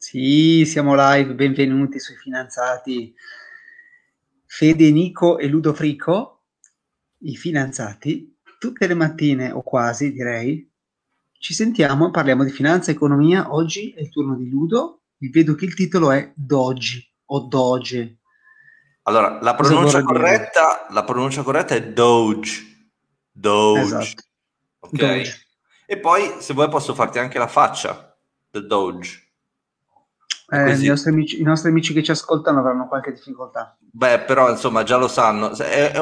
Sì, siamo live, benvenuti sui Finanziati. Fede, Nico e Ludo Frico, i Finanziati, tutte le mattine o quasi direi, ci sentiamo e parliamo di finanza e economia. Oggi è il turno di Ludo e vedo che il titolo è Doge o Doge. Allora, Cosa vorrà dire? la pronuncia corretta è Doge. Doge. Esatto, Ok? Doge. E poi, se vuoi, posso farti anche la faccia del Doge. E così. I nostri amici che ci ascoltano avranno qualche difficoltà. Beh, però, insomma, già lo sanno.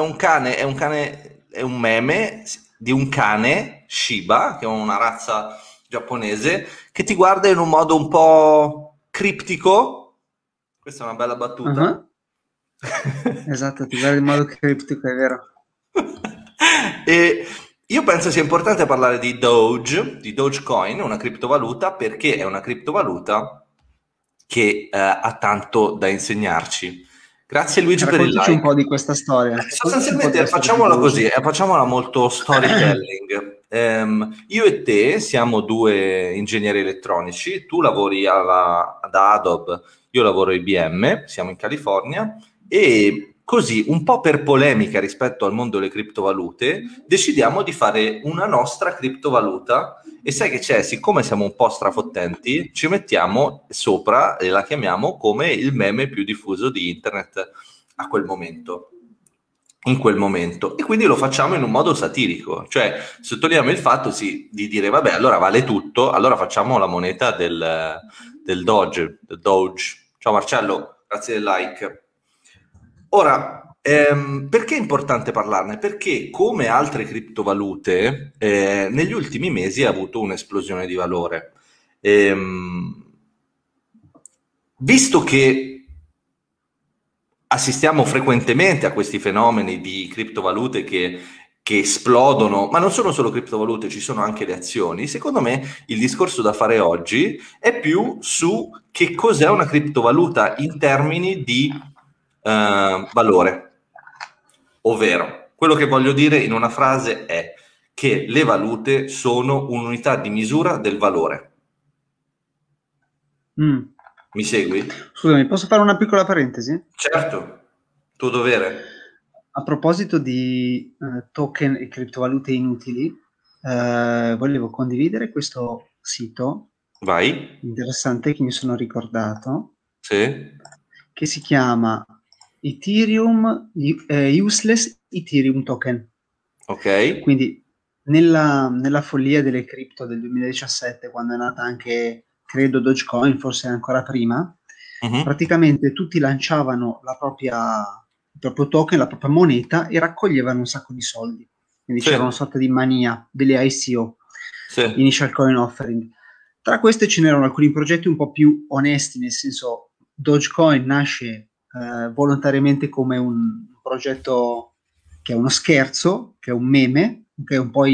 È un meme di un cane, Shiba, che è una razza giapponese, che ti guarda in un modo un po' criptico. Questa è una bella battuta. Ah, esatto, ti guarda in modo criptico, è vero. E io penso sia importante parlare di Dogecoin, una criptovaluta, perché è una criptovaluta che ha tanto da insegnarci. Grazie Luigi per il Raccontaci un po' like. di questa storia. Raccontaci un po' Sostanzialmente della storia di facciamola Doge. così, facciamola molto storytelling. Io e te siamo due ingegneri elettronici, tu lavori ad Adobe, io lavoro a IBM, siamo in California e così, un po' per polemica rispetto al mondo delle criptovalute, decidiamo di fare una nostra criptovaluta e sai che c'è, siccome siamo un po' strafottenti, ci mettiamo sopra e la chiamiamo come il meme più diffuso di internet a quel momento, in quel momento. E quindi lo facciamo in un modo satirico, cioè sottolineiamo il fatto di dire, vabbè, allora vale tutto, allora facciamo la moneta del Doge. Ciao Marcello, grazie del like. Ora, perché è importante parlarne? Perché come altre criptovalute, negli ultimi mesi ha avuto un'esplosione di valore. Ehm, Visto che assistiamo frequentemente a questi fenomeni di criptovalute che esplodono, ma non sono solo criptovalute, ci sono anche le azioni. Secondo me il discorso da fare oggi è più su che cos'è una criptovaluta in termini di valore. Ovvero, quello che voglio dire in una frase è che le valute sono un'unità di misura del valore. Mm. Mi segui? Scusami, posso fare una piccola parentesi? Certo, tuo dovere. A proposito di token e criptovalute inutili, volevo condividere questo sito Vai. interessante che mi sono ricordato, Sì. che si chiama Useless Ethereum Token. Ok. Quindi nella follia delle cripto del 2017, quando è nata anche, credo, Dogecoin, forse ancora prima, Mhm. praticamente tutti lanciavano il proprio token, la propria moneta e raccoglievano un sacco di soldi. Quindi Sì, c'era una sorta di mania delle ICO, sì. Initial Coin Offering. Tra queste ce n'erano alcuni progetti un po' più onesti, nel senso Dogecoin nasce volontariamente come un progetto che è uno scherzo, che è un meme, che è un po'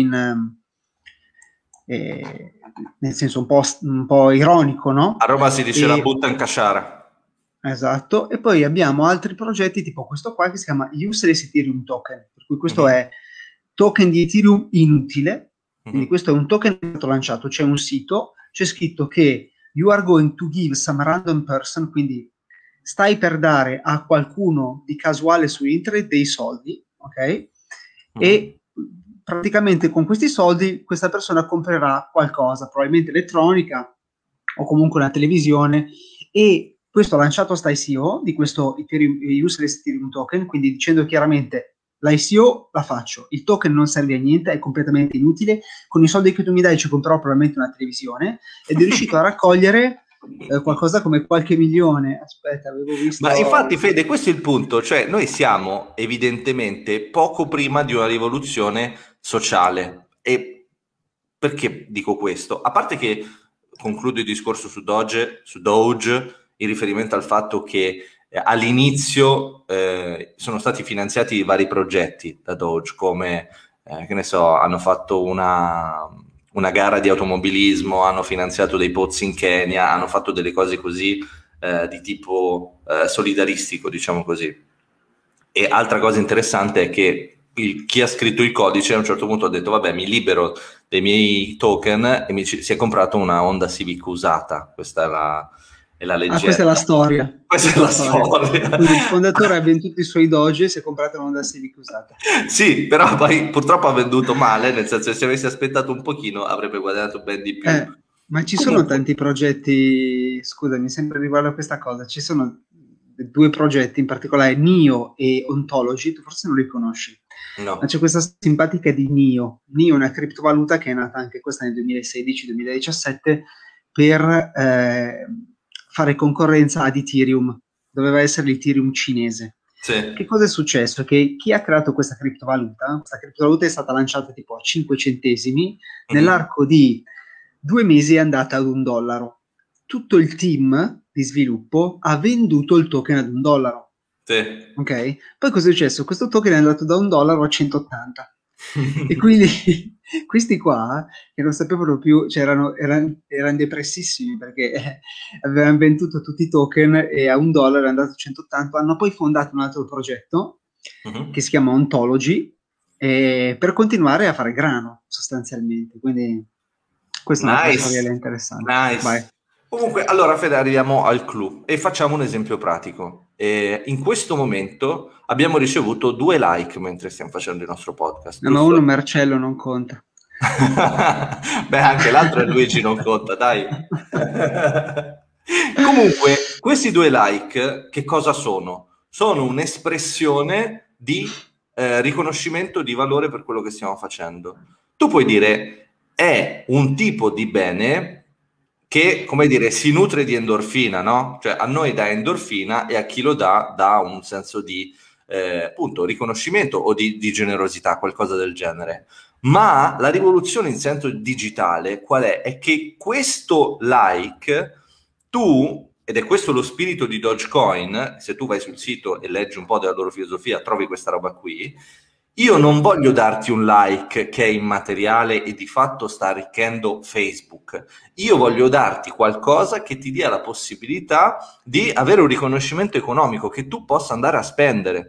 nel senso un po' ironico, A no? Roma si dice la E, butta in casciara. esatto, e poi abbiamo altri progetti tipo questo qua che si chiama Useless Ethereum Token, per cui questo Mhm, è token di Ethereum inutile, quindi mhm. questo è un token che è stato lanciato, c'è un sito, c'è scritto che you are going to give some random person, quindi stai per dare a qualcuno di casuale su internet dei soldi, ok? Mhm. E praticamente con questi soldi questa persona comprerà qualcosa, probabilmente elettronica o comunque una televisione, e questo ha lanciato sta ICO di questo Ethereum, Useless Ethereum Token, quindi dicendo chiaramente l'ICO la faccio, il token non serve a niente, è completamente inutile, con i soldi che tu mi dai ci comprerò probabilmente una televisione, ed è riuscito a raccogliere qualcosa come qualche milione. Aspetta, avevo Ma visto. infatti, Fede, questo è il punto, cioè noi siamo evidentemente poco prima di una rivoluzione sociale. E perché dico questo? A parte che concludo il discorso su Doge in riferimento al fatto che all'inizio sono stati finanziati vari progetti da Doge, come che ne so, hanno fatto una gara di automobilismo, hanno finanziato dei pozzi in Kenya, hanno fatto delle cose così di tipo solidaristico, diciamo così. E altra cosa interessante è che chi ha scritto il codice a un certo punto ha detto vabbè mi libero dei miei token e si è comprato una Honda Civic usata, questa è e la Ah, questa è leggenda. la storia. Questa è la storia. Quindi il fondatore ha venduto i suoi Doge e si è comprato una Honda Civic usata. Sì, però poi purtroppo ha venduto male, nel senso che se avessi aspettato un pochino avrebbe guadagnato ben di più. Ma ci sono Comunque, tanti progetti, scusami, sempre riguardo a questa cosa, ci sono due progetti in particolare, NIO e Ontology, tu forse non li conosci, ma no. c'è questa simpatica di NIO. NIO è una criptovaluta che è nata anche questa nel 2016-2017 per fare concorrenza ad Ethereum, doveva essere l'Ethereum cinese. Sì. Che cosa è successo? Che chi ha creato questa criptovaluta è stata lanciata tipo a 5 centesimi, nell'arco di 2 mesi è andata ad $1. Tutto il team di sviluppo ha venduto il token ad $1. Sì. Ok? Poi cosa è successo? Questo token è andato da $1 a 180. E quindi questi qua, che non sapevano più, cioè erano depressissimi perché avevano venduto tutti i token e a $1 è andato a 180. Hanno poi fondato un altro progetto che si chiama Ontology per continuare a fare grano sostanzialmente. Quindi questa è un'altra storia interessante. Nice. Vai. Comunque, allora Fede, arriviamo al clou e facciamo un esempio pratico. In questo momento abbiamo ricevuto 2 like mentre stiamo facendo il nostro podcast. No, ma Giusto? uno Marcello non conta. Beh, anche l'altro è Luigi, non conta, dai. Comunque, questi 2 like che cosa sono? Sono un'espressione di riconoscimento di valore per quello che stiamo facendo. Tu puoi dire è un tipo di bene che, come dire, si nutre di endorfina, no? Cioè a noi dà endorfina e a chi lo dà un senso di appunto riconoscimento o di generosità, qualcosa del genere. Ma la rivoluzione in senso digitale qual è? È che questo like tu, ed è questo lo spirito di Dogecoin, se tu vai sul sito e leggi un po' della loro filosofia, trovi questa roba qui. Io non voglio darti un like che è immateriale e di fatto sta arricchendo Facebook. Io voglio darti qualcosa che ti dia la possibilità di avere un riconoscimento economico che tu possa andare a spendere.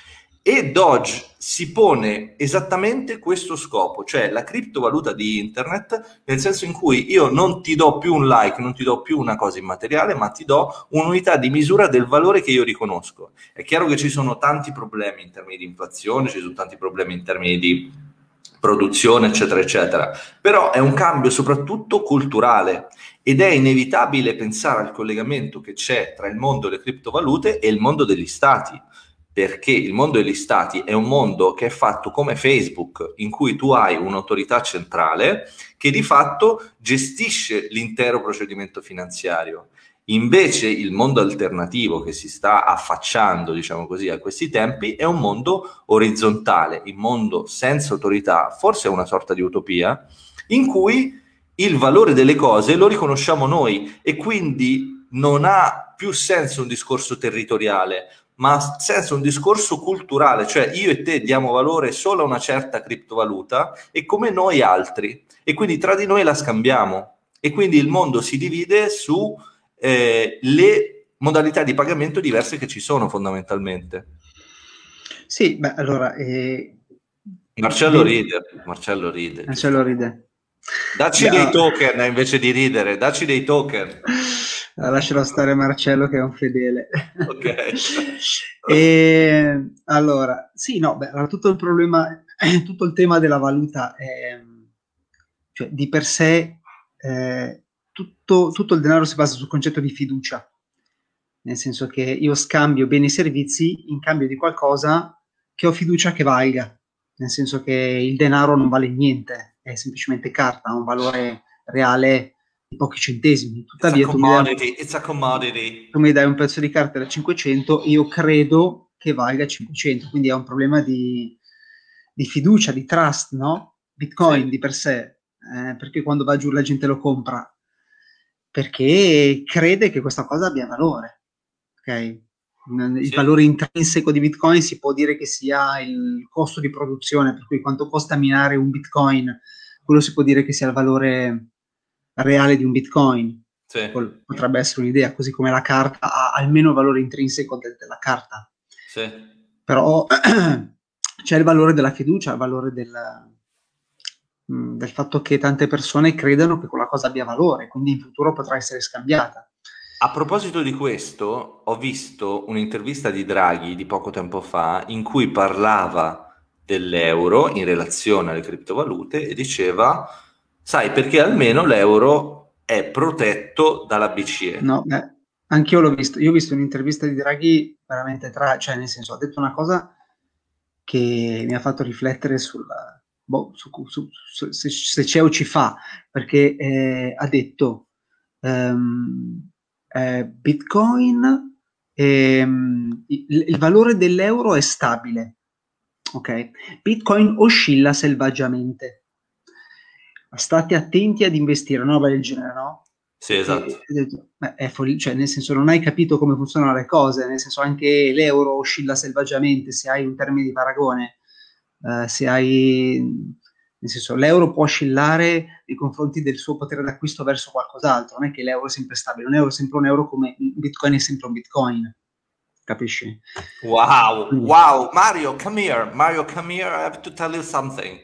E Doge si pone esattamente questo scopo, cioè la criptovaluta di internet, nel senso in cui io non ti do più un like, non ti do più una cosa immateriale, ma ti do un'unità di misura del valore che io riconosco. È chiaro che ci sono tanti problemi in termini di inflazione, ci sono tanti problemi in termini di produzione, eccetera, eccetera, però è un cambio soprattutto culturale ed è inevitabile pensare al collegamento che c'è tra il mondo delle criptovalute e il mondo degli stati. Perché il mondo degli stati è un mondo che è fatto come Facebook, in cui tu hai un'autorità centrale che di fatto gestisce l'intero procedimento finanziario. Invece il mondo alternativo che si sta affacciando, diciamo così, a questi tempi è un mondo orizzontale, il mondo senza autorità, forse è una sorta di utopia, in cui il valore delle cose lo riconosciamo noi e quindi non ha più senso un discorso territoriale, ma ha senso un discorso culturale, cioè io e te diamo valore solo a una certa criptovaluta e come noi altri, e quindi tra di noi la scambiamo e quindi il mondo si divide su le modalità di pagamento diverse che ci sono fondamentalmente. Sì, beh, allora... Marcello ride. Marcello ride. Dacci dei token invece di ridere, dacci dei token. Lascerò stare Marcello che è un fedele. Ok. Allora, sì, no, beh, allora, tutto il problema, tutto il tema della valuta è, cioè, di per sé, tutto il denaro si basa sul concetto di fiducia, nel senso che io scambio beni e servizi in cambio di qualcosa che ho fiducia che valga, nel senso che il denaro non vale niente, è semplicemente carta, ha un valore reale di pochi centesimi. Tuttavia It's a commodity. Tu mi dai un pezzo di carta da 500 e io credo che valga 500, quindi è un problema di fiducia, di trust, no? Bitcoin Sì. di per sé, perché quando va giù la gente lo compra? Perché crede che questa cosa abbia valore, ok? Il valore intrinseco di Bitcoin si può dire che sia il costo di produzione, per cui quanto costa minare un Bitcoin, quello si può dire che sia il valore reale di un Bitcoin. Sì. Potrebbe essere un'idea, così come la carta ha almeno il valore intrinseco della carta. Sì. Però c'è il valore della fiducia, il valore del fatto che tante persone credano che quella cosa abbia valore, quindi in futuro potrà essere scambiata. A proposito di questo, ho visto un'intervista di Draghi di poco tempo fa in cui parlava dell'euro in relazione alle criptovalute e diceva, sai, perché almeno l'euro è protetto dalla BCE. No, anch'io l'ho visto. Io ho visto un'intervista di Draghi veramente cioè nel senso, ha detto una cosa che mi ha fatto riflettere se c'è o ci fa, perché ha detto Bitcoin, il valore dell'euro è stabile, ok? Bitcoin oscilla selvaggiamente. State attenti ad investire, una roba del genere, no? Sì, esatto. È cioè, nel senso, non hai capito come funzionano le cose, nel senso, anche l'euro oscilla selvaggiamente, se hai un termine di paragone, se hai, nel senso, l'euro può oscillare nei confronti del suo potere d'acquisto verso qualcos'altro, non è che l'euro è sempre stabile, un euro è sempre un euro come un bitcoin è sempre un bitcoin, capisci? Wow, Quindi... wow, Mario, come here. Mario, come here. I have to tell you something.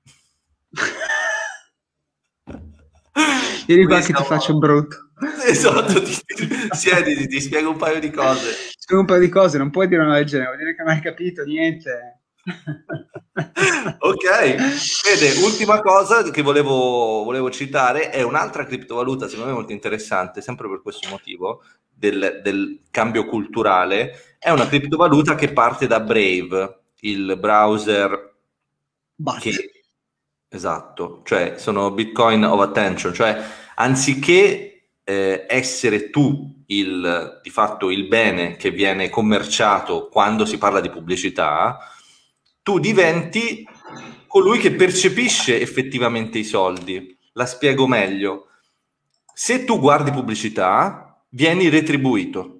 Vieni qua che ti faccio brutto. Esatto, siediti, ti spiego un paio di cose. Spiego un paio di cose, non puoi dire una del genere, vuol dire che non hai capito niente. Ok, vede, ultima cosa che volevo citare è un'altra criptovaluta, secondo me molto interessante, sempre per questo motivo, del cambio culturale. È una criptovaluta che parte da Brave, il browser che... Esatto, cioè sono Bitcoin of attention, cioè anziché essere tu di fatto il bene che viene commerciato quando si parla di pubblicità, tu diventi colui che percepisce effettivamente i soldi. La spiego meglio. Se tu guardi pubblicità, vieni retribuito.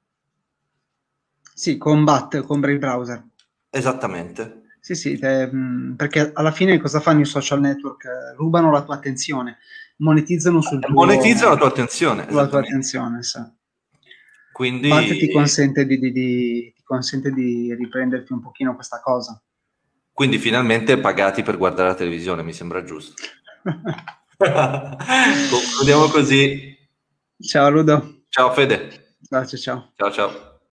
Sì, con Brave Browser. Esattamente. Sì, perché alla fine cosa fanno i social network? Rubano la tua attenzione, monetizzano Monetizzano la tua attenzione. sulla tua attenzione, sì. Quindi... Bat ti consente ti consente di riprenderti un pochino questa cosa. Quindi finalmente pagati per guardare la televisione, mi sembra giusto. Concludiamo così. Ciao Ludo. Ciao Fede. Ciao. Ciao ciao.